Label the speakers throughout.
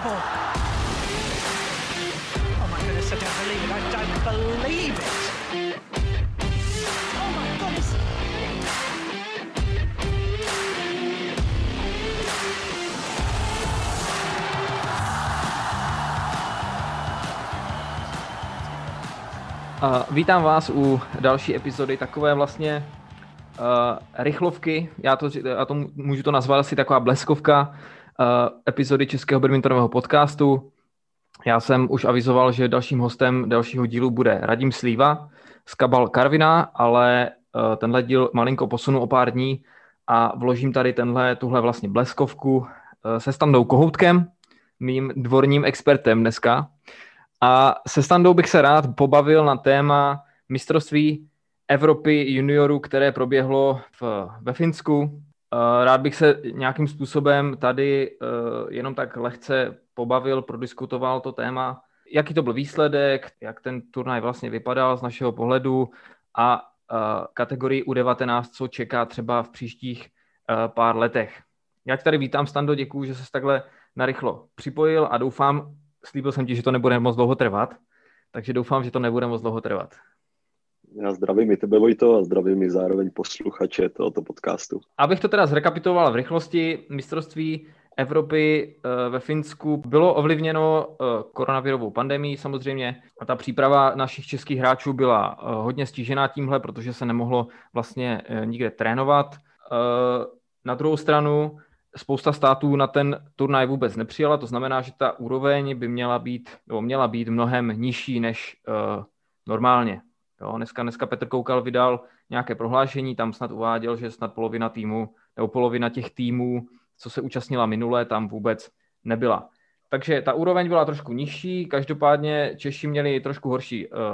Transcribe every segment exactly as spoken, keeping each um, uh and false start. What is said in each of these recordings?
Speaker 1: double. Oh my goodness, I don't believe it. I don't believe it. Oh my goodness.
Speaker 2: Uh, vítám vás u další epizody takové vlastně uh, rychlovky, já to, já to můžu to nazvat asi taková bleskovka uh, epizody Českého badmintonového podcastu. Já jsem už avizoval, že dalším hostem dalšího dílu bude Radim Slíva z Cabal Karviná, ale uh, tenhle díl malinko posunu o pár dní a vložím tady tenhle, tuhle vlastně bleskovku uh, se Standou Kohoutkem, mým dvorním expertem dneska. A se Standou bych se rád pobavil na téma mistrovství Evropy juniorů, které proběhlo v, ve Finsku. Rád bych se nějakým způsobem tady jenom tak lehce pobavil, prodiskutoval to téma, jaký to byl výsledek, jak ten turnaj vlastně vypadal z našeho pohledu a kategorii U devatenáct, co čeká třeba v příštích pár letech. Já tě tady vítám, Stando, děkuju, že jsi takhle narychlo připojil a doufám, slíbil jsem ti, že to nebude moc dlouho trvat, takže doufám, že to nebude moc dlouho trvat.
Speaker 3: Já zdravím i tebe, Vojto, a zdravím i zároveň posluchače tohoto podcastu.
Speaker 2: Abych to teda zrekapituloval v rychlosti, mistrovství Evropy ve Finsku bylo ovlivněno koronavirovou pandemií samozřejmě a ta příprava našich českých hráčů byla hodně stížená tímhle, protože se nemohlo vlastně nikde trénovat. Na druhou stranu spousta států na ten turnaj vůbec nepřijala, to znamená, že ta úroveň by měla být, nebo měla být mnohem nižší než uh, normálně. Jo, dneska, dneska Petr Koukal vydal nějaké prohlášení, tam snad uváděl, že snad polovina týmu, nebo polovina těch týmů, co se účastnila minule, tam vůbec nebyla. Takže ta úroveň byla trošku nižší, každopádně Češi měli trošku horší uh,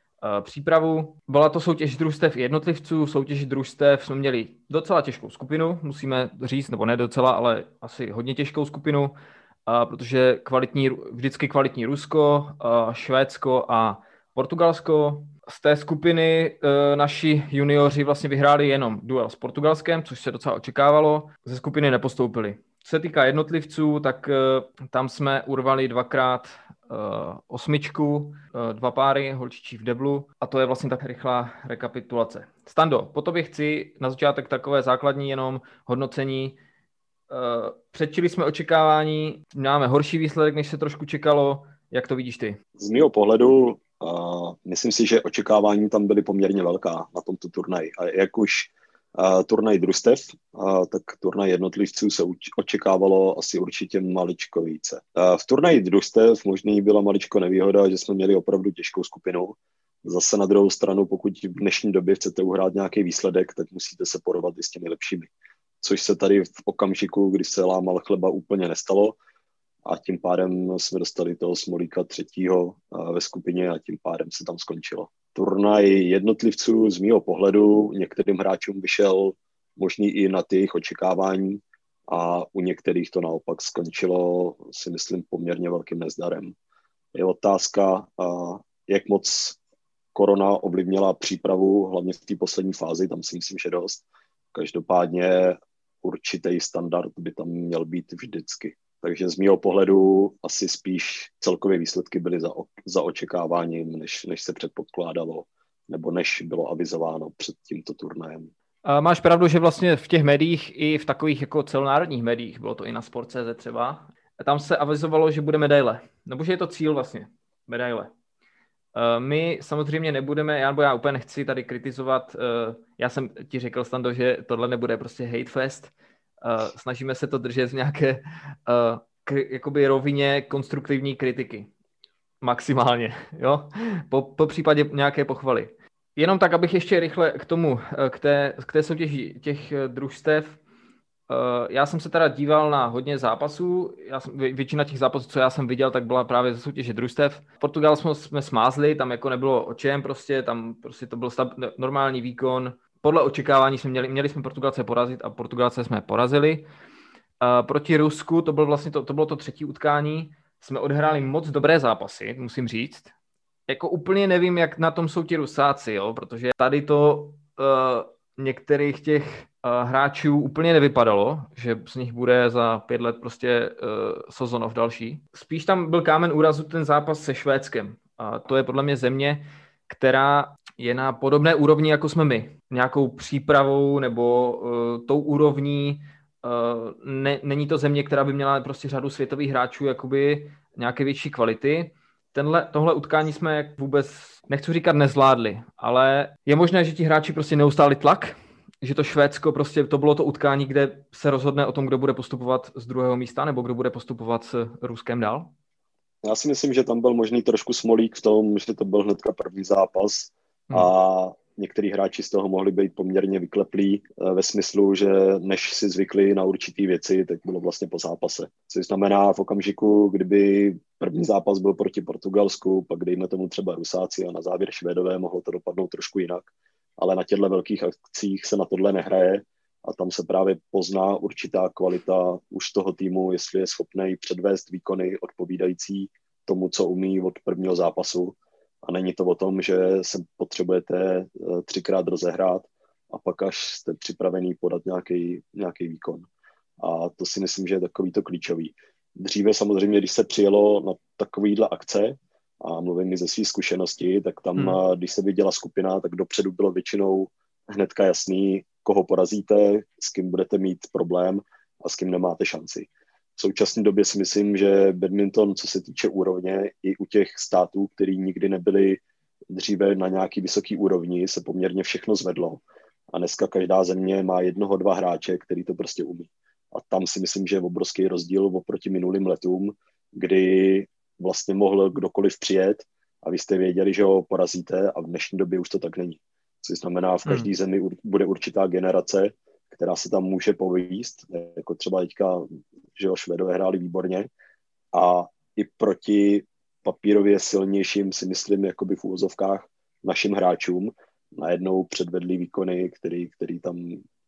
Speaker 2: přípravu. Byla to soutěž družstev i jednotlivců. Soutěž družstev jsme měli docela těžkou skupinu, musíme říct, nebo ne docela, ale asi hodně těžkou skupinu, protože kvalitní, vždycky kvalitní Rusko, Švédsko a Portugalsko. Z té skupiny naši junioři vlastně vyhráli jenom duel s Portugalskem, což se docela očekávalo. Ze skupiny nepostoupili. Co se týká jednotlivců, tak tam jsme urvali dvakrát Uh, osmičku, uh, dva páry, holčičí v deblu a to je vlastně tak rychlá rekapitulace. Stando, po tobě chci na začátek takové základní jenom hodnocení. Uh, předčili jsme očekávání, máme horší výsledek, než se trošku čekalo. Jak to vidíš ty?
Speaker 3: Z mého pohledu uh, myslím si, že očekávání tam byly poměrně velká na tomto turnaji. A jak už Uh, turnaj družstev, uh, tak turnaj jednotlivců se uč- očekávalo asi určitě maličko více. Uh, v turnaji družstev možný byla maličko nevýhoda, že jsme měli opravdu těžkou skupinu. Zase na druhou stranu, pokud v dnešní době chcete uhrát nějaký výsledek, tak musíte se porovat i s těmi lepšími. Což se tady v okamžiku, kdy se lámal chleba, úplně nestalo a tím pádem jsme dostali toho smolíka třetího uh, ve skupině a tím pádem se tam skončilo. Turnaj jednotlivců z mého pohledu některým hráčům vyšel možný i nad jejich očekávání a u některých to naopak skončilo, si myslím, poměrně velkým nezdarem. Je otázka, jak moc korona ovlivnila přípravu, hlavně v té poslední fázi, tam si myslím, že dost. Každopádně určitý standard by tam měl být vždycky. Takže z mého pohledu asi spíš celkové výsledky byly za, za očekáváním, než, než se předpokládalo, nebo než bylo avizováno před tímto turnajem.
Speaker 2: A máš pravdu, že vlastně v těch médiích, i v takových jako celonárodních médiích, bylo to i na Sport tečka cé zet třeba, tam se avizovalo, že bude medaile. Nebo že je to cíl vlastně, medaile. My samozřejmě nebudeme, já, nebo já úplně nechci tady kritizovat, já jsem ti řekl, Stando, že tohle nebude prostě hate fest. Uh, snažíme se to držet v nějaké uh, k, jakoby rovině konstruktivní kritiky. Maximálně, jo? Po, po případě nějaké pochvaly. Jenom tak, abych ještě rychle k tomu, k té, k té soutěži těch družstev. Uh, já jsem se teda díval na hodně zápasů. Já jsem, většina těch zápasů, co já jsem viděl, tak byla právě ze soutěže družstev. Portugal jsme, jsme smázli, tam jako nebylo o čem prostě, tam prostě to byl stab, normální výkon. Podle očekávání jsme měli, měli jsme Portugalce porazit a Portugalce jsme porazili. Uh, proti Rusku, to bylo vlastně to, to bylo to třetí utkání, jsme odehráli moc dobré zápasy, musím říct. Jako úplně nevím, jak na tom jsou ti Rusáci, jo, protože tady to uh, některých těch uh, hráčů úplně nevypadalo, že z nich bude za pět let prostě uh, Sozonov další. Spíš tam byl kámen úrazu ten zápas se Švédskem. A to je podle mě země, která je na podobné úrovni, jako jsme my. Nějakou přípravou nebo uh, tou úrovní. Uh, ne, není to země, která by měla prostě řadu světových hráčů jakoby nějaké větší kvality. Tenhle, tohle utkání jsme vůbec, nechci říkat nezvládli, ale je možné, že ti hráči prostě neustáli tlak, že to Švédsko prostě, to bylo to utkání, kde se rozhodne o tom, kdo bude postupovat z druhého místa, nebo kdo bude postupovat s Ruskem dál?
Speaker 3: Já si myslím, že tam byl možný trošku smolík v tom, že to byl hnedka první zápas
Speaker 2: hmm.
Speaker 3: a některý hráči z toho mohli být poměrně vykleplí ve smyslu, že než si zvykli na určitý věci, tak bylo vlastně po zápase. Což znamená v okamžiku, kdyby první zápas byl proti Portugalsku, pak dejme tomu třeba Rusáci a na závěr Švédové, mohlo to dopadnout trošku jinak. Ale na těchto velkých akcích se na tohle nehraje a tam se právě pozná určitá kvalita už toho týmu, jestli je schopný předvést výkony odpovídající tomu, co umí od prvního zápasu. A není to o tom, že se potřebujete třikrát rozehrát a pak až jste připravený podat nějaký, nějaký výkon. A to si myslím, že je takový to klíčový. Dříve samozřejmě, když se přijelo na takovýhle akce, a mluvím i ze své zkušenosti, tak tam, hmm. když se viděla skupina, tak dopředu bylo většinou hnedka jasný, koho porazíte, s kým budete mít problém a s kým nemáte šanci. V současné době si myslím, že badminton, co se týče úrovně, i u těch států, který nikdy nebyli dříve na nějaký vysoký úrovni, se poměrně všechno zvedlo. A dneska každá země má jednoho, dva hráče, který to prostě umí. A tam si myslím, že je obrovský rozdíl oproti minulým letům, kdy vlastně mohl kdokoliv přijet a vy jste věděli, že ho porazíte a v dnešní době už to tak není. Což znamená, v každé zemi bude určitá generace, která se tam může povíst, jako třeba teďka, že ho Švédové hráli výborně a i proti papírově silnějším, si myslím, jakoby v úvozovkách našim hráčům najednou předvedli výkony, který, který tam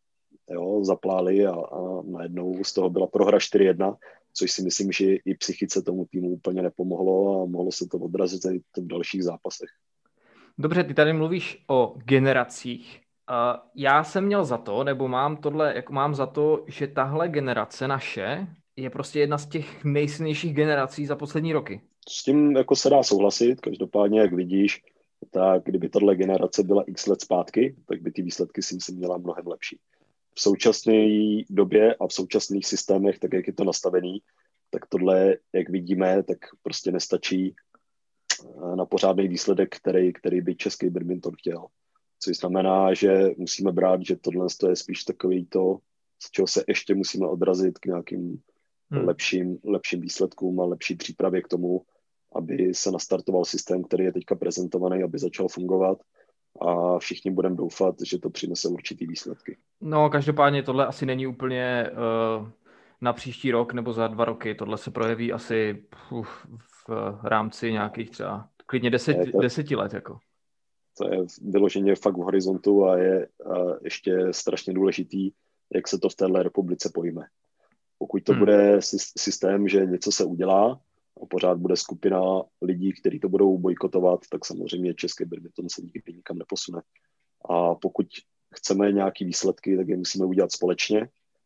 Speaker 3: jo, zapláli a, a najednou z toho byla prohra čtyři jedna, což si myslím, že i psychice tomu týmu úplně nepomohlo a mohlo se to odrazit i v dalších zápasech.
Speaker 2: Dobře, ty tady mluvíš o generacích. Uh, já jsem měl za to, nebo mám tohle, jako mám za to, že tahle generace naše je prostě jedna z těch nejsilnějších generací za poslední roky.
Speaker 3: S tím jako se dá souhlasit, každopádně, jak vidíš, tak kdyby tahle generace byla x let zpátky, tak by ty výsledky si myslím měla mnohem lepší. V současné době a v současných systémech, tak jak je to nastavený, tak tohle, jak vidíme, tak prostě nestačí na pořádný výsledek, který, který by český badminton chtěl. Což znamená, že musíme brát, že tohle je spíš takový to, z čeho se ještě musíme odrazit k nějakým hmm. lepším, lepším výsledkům a lepší přípravě k tomu, aby se nastartoval systém, který je teďka prezentovaný, aby začal fungovat a všichni budeme doufat, že to přinese určitý výsledky.
Speaker 2: No, každopádně tohle asi není úplně uh, na příští rok nebo za dva roky. Tohle se projeví asi uf, v rámci nějakých třeba klidně deset, to, deseti let. Jako.
Speaker 3: To je vyloženě fakt v horizontu a je uh, ještě strašně důležitý, jak se to v téhle republice pojme. Pokud to hmm. bude systém, že něco se udělá a pořád bude skupina lidí, kteří to budou bojkotovat, tak samozřejmě český badminton se nikdy nikam neposune. A pokud chceme nějaké výsledky, tak je musíme udělat společně.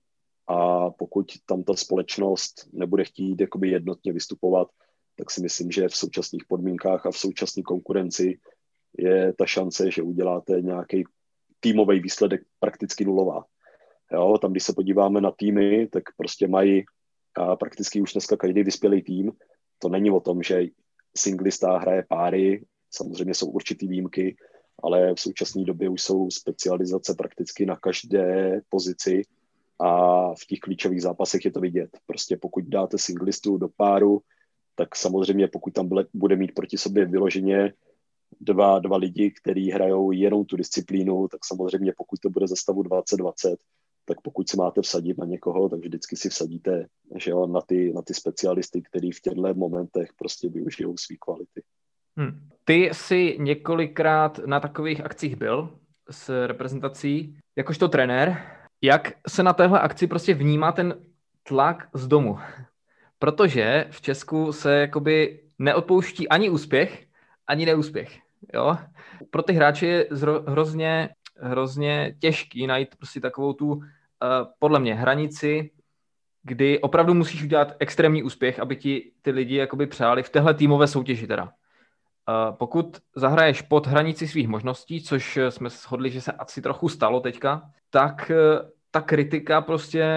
Speaker 3: A pokud tam ta společnost nebude chtít jakoby jednotně vystupovat, tak si myslím, že v současných podmínkách a v současné konkurenci je ta šance, že uděláte nějaký týmový výsledek prakticky nulová. Jo, tam, když se podíváme na týmy, tak prostě mají a prakticky už dneska každý vyspělý tým. To není o tom, že singlista hraje páry, samozřejmě jsou určitý výjimky, ale v současné době už jsou specializace prakticky na každé pozici a v těch klíčových zápasech je to vidět. Prostě pokud dáte singlistu do páru, tak samozřejmě pokud tam bude mít proti sobě vyloženě dva, dva lidi, kteří hrajou jenom tu disciplínu, tak samozřejmě pokud to bude ze stavu dvacet dvacet, tak pokud se máte vsadit na někoho, tak vždycky si vsadíte, že jo, na ty, na ty specialisty, kteří v těchto momentech prostě využijou své kvality.
Speaker 2: Hmm. Ty jsi několikrát na takových akcích byl s reprezentací, jakožto trenér. Jak se na téhle akci prostě vnímá ten tlak z domu? Protože v Česku se jakoby neodpouští ani úspěch, ani neúspěch. Jo? Pro ty hráče je zro- hrozně hrozně těžký najít prostě takovou tu, uh, podle mě, hranici, kdy opravdu musíš udělat extrémní úspěch, aby ti ty lidi jakoby přáli v téhle týmové soutěži teda. Uh, pokud zahraješ pod hranici svých možností, což jsme shodli, že se asi trochu stalo teďka, tak uh, ta kritika prostě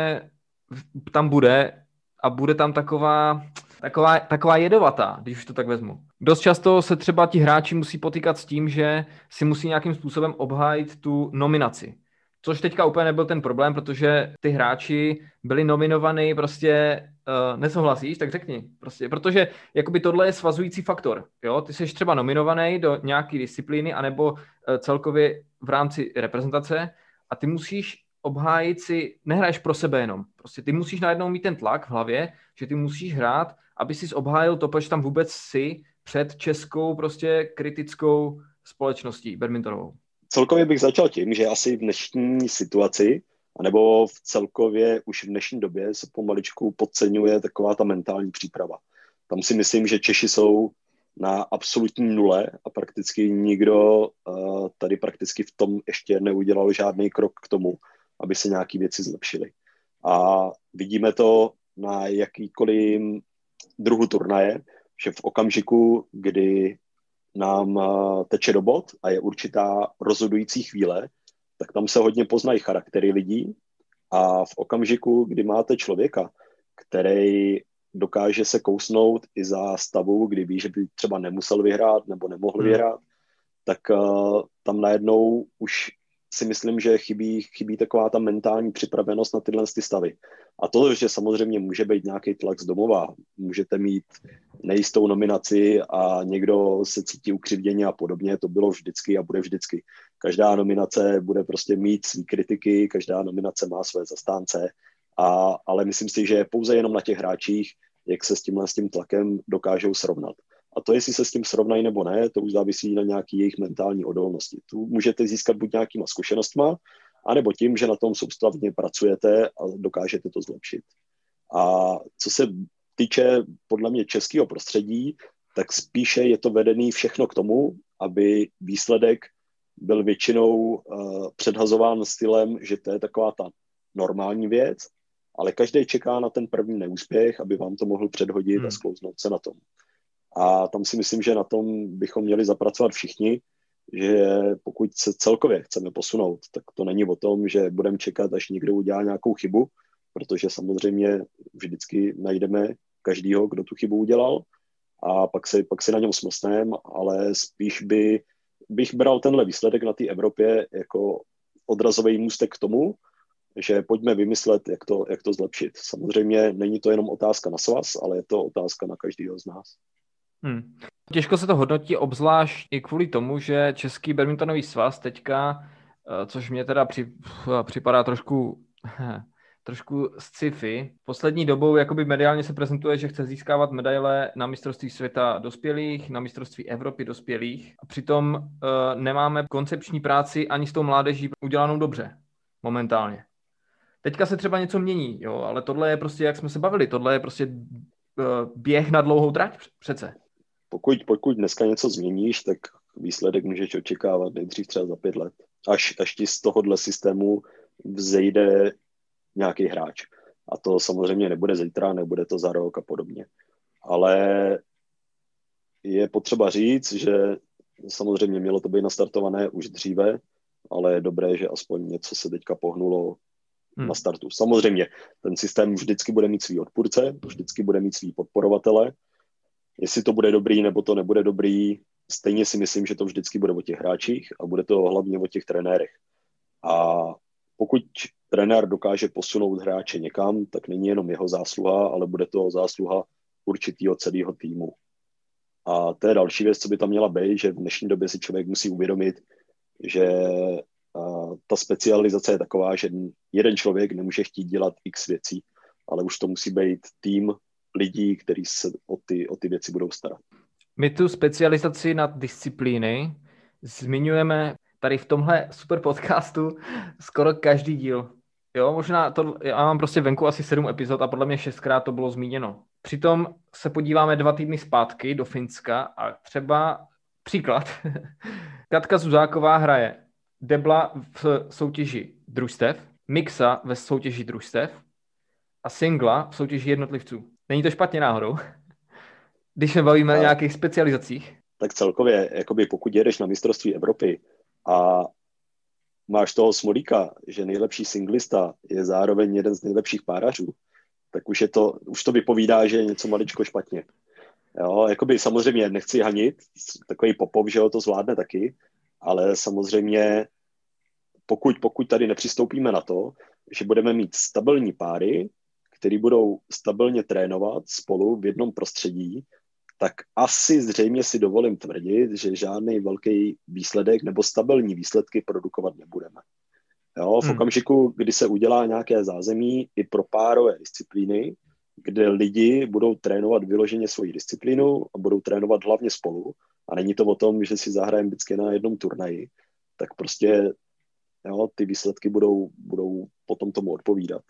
Speaker 2: tam bude a bude tam taková, taková, taková jedovatá, když už to tak vezmu. Dost často se třeba ti hráči musí potýkat s tím, že si musí nějakým způsobem obhájit tu nominaci. Což teďka úplně nebyl ten problém, protože ty hráči byli nominovaní prostě, uh, nesouhlasíš, tak řekni. Prostě, protože jakoby tohle je svazující faktor. Jo? Ty jsi třeba nominovaný do nějaké disciplíny anebo uh, celkově v rámci reprezentace a ty musíš obhájit si, nehraješ pro sebe jenom. Prostě ty musíš najednou mít ten tlak v hlavě, že ty musíš hrát, aby jsi obhájil to, proč tam vůbec jsi před českou prostě kritickou společností badmintonovou.
Speaker 3: Celkově bych začal tím, že asi v dnešní situaci, anebo v celkově už v dnešní době se pomaličku podceňuje taková ta mentální příprava. Tam si myslím, že Češi jsou na absolutní nule a prakticky nikdo uh, tady prakticky v tom ještě neudělal žádný krok k tomu, aby se nějaké věci zlepšily. A vidíme to na jakýkoliv druhu turnaje, že v okamžiku, kdy nám teče do bod a je určitá rozhodující chvíle, tak tam se hodně poznají charaktery lidí a v okamžiku, kdy máte člověka, který dokáže se kousnout i za stavu, kdy ví, že by třeba nemusel vyhrát nebo nemohl vyhrát, tak uh, tam najednou už si myslím, že chybí, chybí taková ta mentální připravenost na tyhle ty stavy. A to, že samozřejmě může být nějaký tlak z domova, můžete mít nejistou nominaci a někdo se cítí ukřivděně a podobně, to bylo vždycky a bude vždycky. Každá nominace bude prostě mít svý kritiky, každá nominace má své zastánce, a, ale myslím si, že pouze jenom na těch hráčích, jak se s tímhle s tím tlakem dokážou srovnat. A to, jestli se s tím srovnají nebo ne, to už závisí na nějaký jejich mentální odolnosti. Tu můžete získat buď nějakýma zkušenostma, anebo tím, že na tom soustavně pracujete a dokážete to zlepšit. A co se týče podle mě českého prostředí, tak spíše je to vedený všechno k tomu, aby výsledek byl většinou uh, předhazován stylem, že to je taková ta normální věc, ale každý čeká na ten první neúspěch, aby vám to mohl předhodit hmm. a sklouznout se na tom. A tam si myslím, že na tom bychom měli zapracovat všichni, že pokud se celkově chceme posunout, tak to není o tom, že budeme čekat, až někdo udělá nějakou chybu, protože samozřejmě vždycky najdeme každýho, kdo tu chybu udělal a pak si, pak si na něm smlsneme, ale spíš by, bych bral tenhle výsledek na té Evropě jako odrazový můstek k tomu, že pojďme vymyslet, jak to, jak to zlepšit. Samozřejmě není to jenom otázka na svaz, ale je to otázka na každého z nás.
Speaker 2: Hmm. Těžko se to hodnotí, obzvlášť i kvůli tomu, že Český badmintonový svaz teďka, což mě teda při, připadá trošku, trošku sci-fi, poslední dobou jakoby mediálně se prezentuje, že chce získávat medaile na mistrovství světa dospělých, na mistrovství Evropy dospělých a přitom uh, nemáme koncepční práci ani s tou mládeží udělanou dobře momentálně. Teďka se třeba něco mění, jo, ale tohle je prostě, jak jsme se bavili, tohle je prostě uh, běh na dlouhou trať přece.
Speaker 3: Pokud, pokud dneska něco změníš, tak výsledek můžeš očekávat nejdřív třeba za pět let. Až, až ti z tohohle systému vzejde nějaký hráč. A to samozřejmě nebude zítra, nebude to za rok a podobně. Ale je potřeba říct, že samozřejmě mělo to být nastartované už dříve, ale je dobré, že aspoň něco se teďka pohnulo hmm. na startu. Samozřejmě ten systém vždycky bude mít svý odpůrce, vždycky bude mít svý podporovatele. Jestli to bude dobrý, nebo to nebude dobrý, stejně si myslím, že to vždycky bude o těch hráčích a bude to hlavně o těch trenérech. A pokud trenér dokáže posunout hráče někam, tak není jenom jeho zásluha, ale bude to zásluha určitého celého týmu. A to je další věc, co by tam měla být, že v dnešní době si člověk musí uvědomit, že ta specializace je taková, že jeden člověk nemůže chtít dělat x věcí, ale už to musí být tým lidí, kteří se o ty, o ty věci budou starat.
Speaker 2: My tu specializaci na disciplíny zmiňujeme tady v tomhle super podcastu skoro každý díl. Jo, možná to, já mám prostě venku asi sedm epizod a podle mě šestkrát to bylo zmíněno. Přitom se podíváme dva týdny zpátky do Finska a třeba příklad. Katka Zuzáková hraje debla v soutěži družstev, mixa ve soutěži družstev a singla v soutěži jednotlivců. Není to špatně náhodou? Když se bavíme o nějakých specializacích.
Speaker 3: Tak celkově, jakoby pokud jedeš na mistrovství Evropy a máš toho Smolíka, že nejlepší singlista je zároveň jeden z nejlepších párařů, tak už, je to, už to vypovídá, že je něco maličko špatně. Jo, jakoby samozřejmě nechci hanit, takový Popov, že ho to zvládne taky, ale samozřejmě pokud, pokud tady nepřistoupíme na to, že budeme mít stabilní páry, který budou stabilně trénovat spolu v jednom prostředí, tak asi zřejmě si dovolím tvrdit, že žádný velký výsledek nebo stabilní výsledky produkovat nebudeme. Jo, v hmm. okamžiku, kdy se udělá nějaké zázemí i pro párové disciplíny, kde lidi budou trénovat vyloženě svoji disciplínu a budou trénovat hlavně spolu, a není to o tom, že si zahrajeme vždycky na jednom turnaji, tak prostě jo, ty výsledky budou, budou potom tomu odpovídat.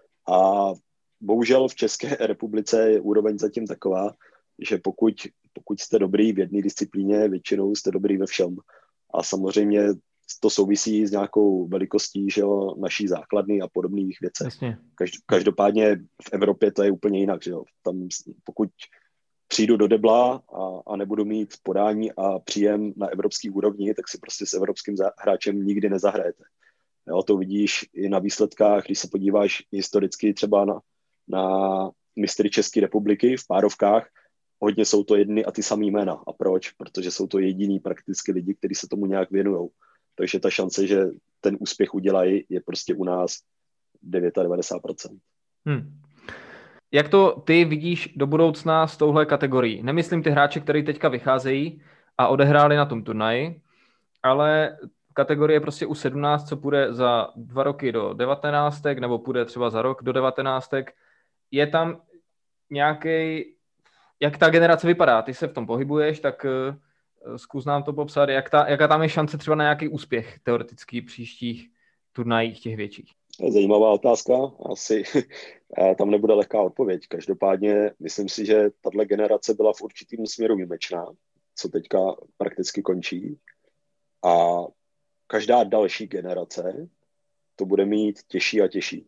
Speaker 3: A bohužel v České republice je úroveň zatím taková, že pokud, pokud jste dobrý v jedné disciplíně, většinou jste dobrý ve všem. A samozřejmě to souvisí s nějakou velikostí, že jo, naší základny a podobných věcech.
Speaker 2: Jasně.
Speaker 3: Každopádně v Evropě to je úplně jinak. Že jo. Tam pokud přijdu do debla a, a nebudu mít podání a příjem na evropský úrovni, tak si prostě s evropským hráčem nikdy nezahrajete. Jo, to vidíš i na výsledkách, když se podíváš historicky třeba na, na mistry České republiky v párovkách, hodně jsou to jedny a ty samý jména. A proč? Protože jsou to jediní prakticky lidi, kteří se tomu nějak věnují. Takže ta šance, že ten úspěch udělají, je prostě u nás devadesát devět procent.
Speaker 2: Hmm. Jak to ty vidíš do budoucna s touhle kategorií? Nemyslím ty hráče, kteří teďka vycházejí a odehráli na tom turnaji, ale kategorie prostě u sedmnáct, co půjde za dva roky do devatenáctek, nebo půjde třeba za rok do devatenáctek. Je tam nějaký, jak ta generace vypadá? Ty se v tom pohybuješ, tak uh, zkus nám to popsat, jak ta, jaká tam je šance třeba na nějaký úspěch teoretický příštích turnajích těch větších?
Speaker 3: Zajímavá otázka, asi tam nebude lehká odpověď. Každopádně myslím si, že tato generace byla v určitým směru výjimečná, co teďka prakticky končí. A každá další generace to bude mít těžší a těžší.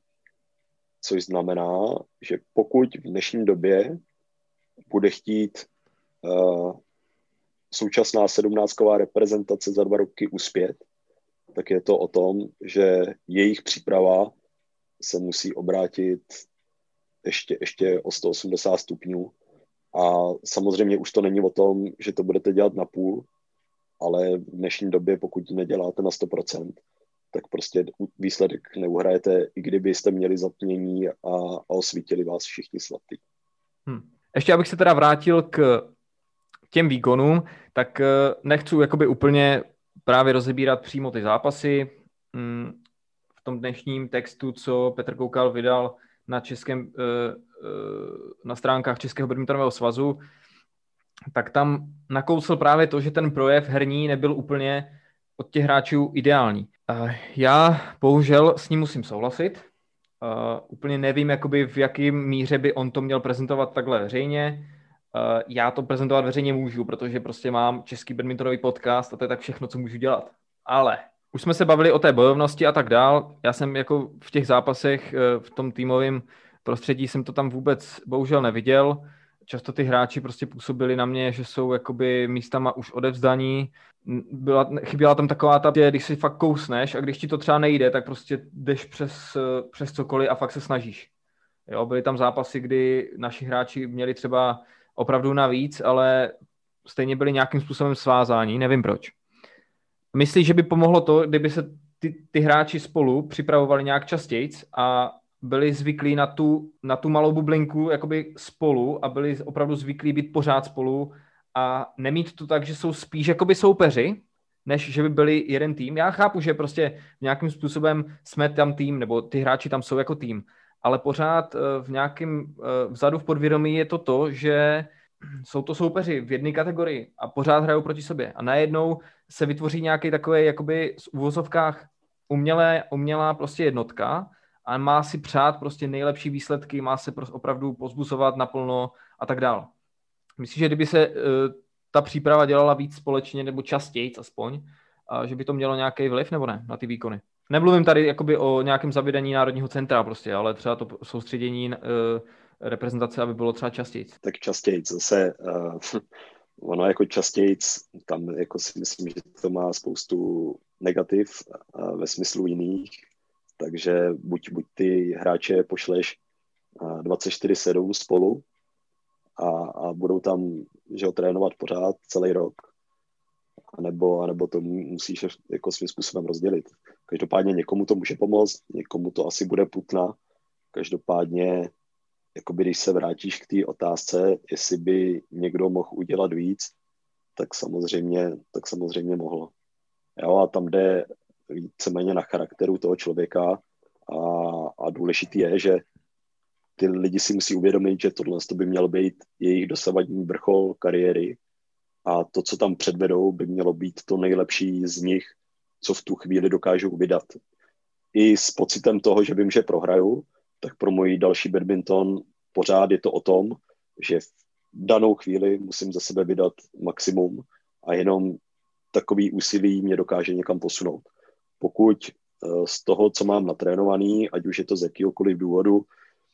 Speaker 3: Což znamená, že pokud v dnešní době bude chtít uh, současná sedmnáctková reprezentace za dva roky uspět, tak je to o tom, že jejich příprava se musí obrátit ještě, ještě o sto osmdesát stupňů. A samozřejmě už to není o tom, že to budete dělat na půl, ale v dnešní době, pokud neděláte na sto procent, tak prostě výsledek neuhrajete, i kdybyste měli zatmění a, a osvítili vás všichni svatý.
Speaker 2: Hmm. Ještě abych se teda vrátil k těm výkonům, tak nechci jakoby úplně právě rozebírat přímo ty zápasy. V tom dnešním textu, co Petr Koukal vydal na, českém, na stránkách Českého badmintonového svazu, tak tam nakousl právě to, že ten projev herní nebyl úplně od těch hráčů ideální. Já bohužel s ním musím souhlasit. Úplně nevím, jakoby v jakém míře by on to měl prezentovat takhle veřejně. Já to prezentovat veřejně můžu, protože prostě mám český badmintonový podcast a to je tak všechno, co můžu dělat. Ale už jsme se bavili o té bojovnosti a tak dál. Já jsem jako v těch zápasech v tom týmovém prostředí jsem to tam vůbec bohužel neviděl. Často ty hráči prostě působili na mě, že jsou jakoby místama už odevzdaní. Byla, chyběla tam taková ta, když si fakt kousneš a když ti to třeba nejde, tak prostě jdeš přes, přes cokoliv a fakt se snažíš. Jo, byly tam zápasy, kdy naši hráči měli třeba opravdu navíc, ale stejně byli nějakým způsobem svázáni, nevím proč. Myslíš, že by pomohlo to, kdyby se ty, ty hráči spolu připravovali nějak častějc a byli zvyklí na tu, na tu malou bublinku jakoby spolu a byli opravdu zvyklí být pořád spolu a nemít to tak, že jsou spíš jakoby soupeři, než že by byli jeden tým. Já chápu, že prostě nějakým způsobem jsme tam tým, nebo ty hráči tam jsou jako tým, ale pořád v nějakém vzadu v podvědomí je to to, že jsou to soupeři v jedné kategorii a pořád hrajou proti sobě. A najednou se vytvoří nějaký takový jakoby v uvozovkách umělé, umělá prostě jednotka a má si přát prostě nejlepší výsledky, má se prostě opravdu pozbuzovat naplno a tak dál. Myslím, že kdyby se uh, ta příprava dělala víc společně nebo častěji aspoň, uh, a že by to mělo nějaký vliv, nebo ne, na ty výkony? Nemluvím tady jakoby o nějakém zavedení národního centra prostě, ale třeba to soustředění uh, reprezentace, aby bylo třeba častějc.
Speaker 3: Tak častějc, zase uh, ono jako častějc, tam jako si myslím, že to má spoustu negativ uh, ve smyslu jiných, takže buď, buď ty hráče pošleš uh, dvacet čtyři sedm spolu a, a budou tam, že ho, trénovat pořád celý rok, anebo, anebo to musíš jako svým způsobem rozdělit. Každopádně někomu to může pomoct, někomu to asi bude putna. Každopádně, jakoby, když se vrátíš k té otázce, jestli by někdo mohl udělat víc, tak samozřejmě, tak samozřejmě mohl. Jo, a tam jde víceméně na charakteru toho člověka a, a důležitý je, že ty lidi si musí uvědomit, že tohle by měl být jejich dosavadní vrchol kariéry a to, co tam předvedou, by mělo být to nejlepší z nich, co v tu chvíli dokážou vydat. I s pocitem toho, že vím, že prohraju, tak pro můj další badminton pořád je to o tom, že v danou chvíli musím za sebe vydat maximum a jenom takový úsilí mě dokáže někam posunout. Pokud z toho, co mám natrénovaný, ať už je to z jakýhokoliv důvodu,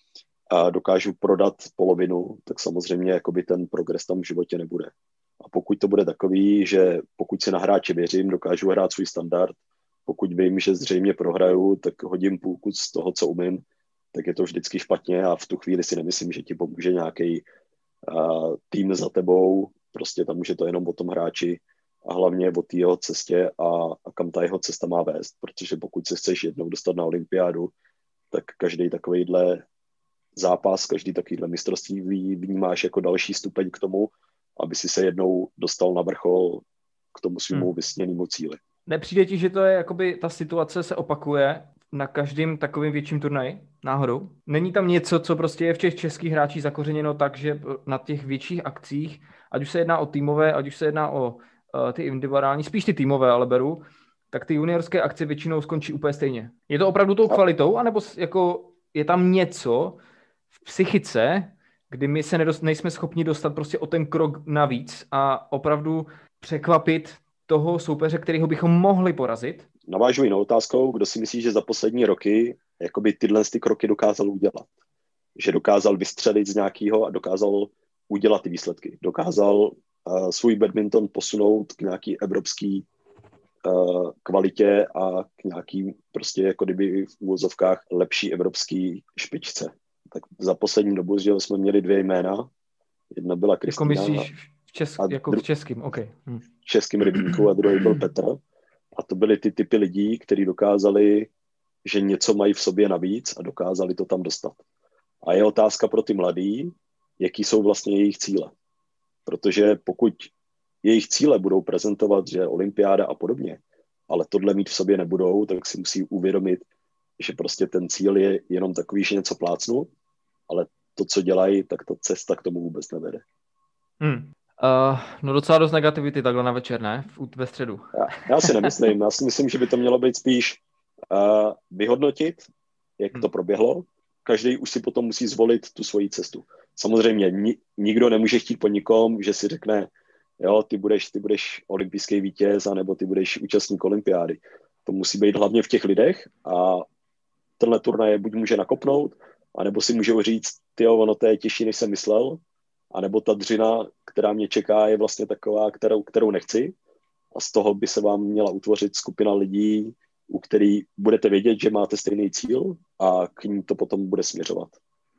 Speaker 3: a dokážu prodat polovinu, tak samozřejmě jakoby ten progres tam v životě nebude. A pokud to bude takový, že pokud si na hráče věřím, dokážu hrát svůj standard, pokud vím, že zřejmě prohraju, tak hodím půlku z toho, co umím, tak je to vždycky špatně a v tu chvíli si nemyslím, že ti pomůže nějaký uh, tým za tebou, prostě tam už je to jenom o tom hráči a hlavně o té jeho cestě a, a kam ta jeho cesta má vést, protože pokud se chceš jednou dostat na olympiádu, tak každý takovejhle zápas, každý takovýhle mistrovství vnímáš jako další stupeň k tomu, aby si se jednou dostal na vrchol k tomu svému hmm. vysněnému cíli.
Speaker 2: Nepřijde ti, že to je jakoby ta situace se opakuje na každém takovým větším turnaji náhodou? Není tam něco, co prostě je v těch českých hráčích zakořeněno tak, že na těch větších akcích, ať už se jedná o týmové, ať už se jedná o uh, ty individuální, spíš ty týmové, ale beru, tak ty juniorské akce většinou skončí úplně stejně. Je to opravdu tou kvalitou, anebo jako je tam něco v psychice, kdy my se nedost, nejsme schopni dostat prostě o ten krok navíc a opravdu překvapit toho soupeře, kterýho bychom mohli porazit?
Speaker 3: Navážu jinou otázkou, kdo si myslí, že za poslední roky jakoby tyhle ty kroky dokázal udělat. Že dokázal vystřelit z nějakého a dokázal udělat ty výsledky. Dokázal uh, svůj badminton posunout k nějaký evropský uh, kvalitě a k nějaký prostě jako kdyby v úvozovkách lepší evropský špičce. Tak za poslední dobu, že jsme měli dvě jména. Jedna byla Kristýna.
Speaker 2: Jako myslíš v, česk- jako dru- v českým, OK. Hm.
Speaker 3: V českým rybníku a druhý byl Petr. A to byly ty typy lidí, kteří dokázali, že něco mají v sobě navíc a dokázali to tam dostat. A je otázka pro ty mladý, jaký jsou vlastně jejich cíle. Protože pokud jejich cíle budou prezentovat, že olympiáda a podobně, ale tohle mít v sobě nebudou, tak si musí uvědomit, že prostě ten cíl je jenom takový, že něco plácnu, ale to, co dělají, tak ta cesta k tomu vůbec nevede.
Speaker 2: Hmm. Uh, no docela dost negativity takhle na večer, ne? V, ve středu.
Speaker 3: Já, já si nemyslím. Já si myslím, že by to mělo být spíš uh, vyhodnotit, jak hmm. to proběhlo. Každý už si potom musí zvolit tu svoji cestu. Samozřejmě ni, nikdo nemůže chtít po nikom, že si řekne, jo, ty budeš, ty budeš olympijský vítěz, anebo ty budeš účastník olympiády. To musí být hlavně v těch lidech a tenhle turnaj buď může nakopnout, anebo si můžou říct, tyjo, ono to je těžší, než jsem myslel, anebo ta dřina, která mě čeká, je vlastně taková, kterou, kterou nechci a z toho by se vám měla utvořit skupina lidí, u který budete vědět, že máte stejný cíl a k ní to potom bude směřovat.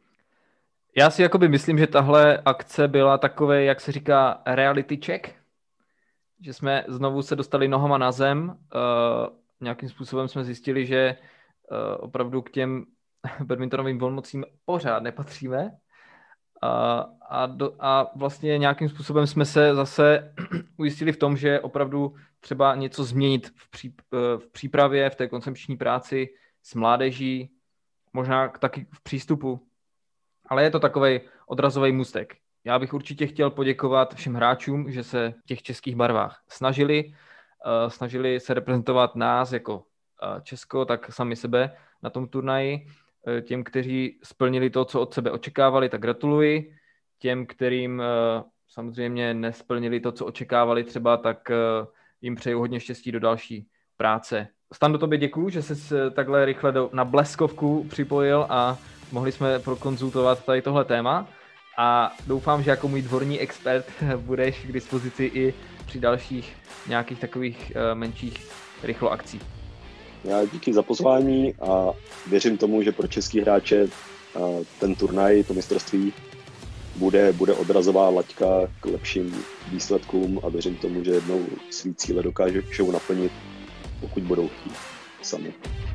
Speaker 2: Já si jakoby myslím, že tahle akce byla takové, jak se říká, reality check, že jsme znovu se dostali nohama na zem, uh, nějakým způsobem jsme zjistili, že uh, opravdu k těm badmintonovým volmocím pořád nepatříme a, a, do, a vlastně nějakým způsobem jsme se zase ujistili v tom, že opravdu třeba něco změnit v, pří, v přípravě, v té koncepční práci s mládeží, možná taky v přístupu. Ale je to takovej odrazový můstek. Já bych určitě chtěl poděkovat všem hráčům, že se v těch českých barvách snažili, uh, snažili se reprezentovat nás jako uh, Česko, tak sami sebe na tom turnaji. Uh, těm, kteří splnili to, co od sebe očekávali, tak gratuluji. Těm, kterým uh, samozřejmě nesplnili to, co očekávali třeba, tak uh, jim přeju hodně štěstí do další práce. Stando, tobě děkuju, že jsi takhle rychle do, na bleskovku připojil a mohli jsme prokonzultovat tady tohle téma a doufám, že jako můj dvorní expert budeš k dispozici i při dalších nějakých takových uh, menších rychloakcích.
Speaker 3: Já díky za pozvání a věřím tomu, že pro český hráče uh, ten turnaj, to mistrovství bude, bude odrazová laťka k lepším výsledkům a věřím tomu, že jednou svý cíle dokážou naplnit, pokud budou chtít sami.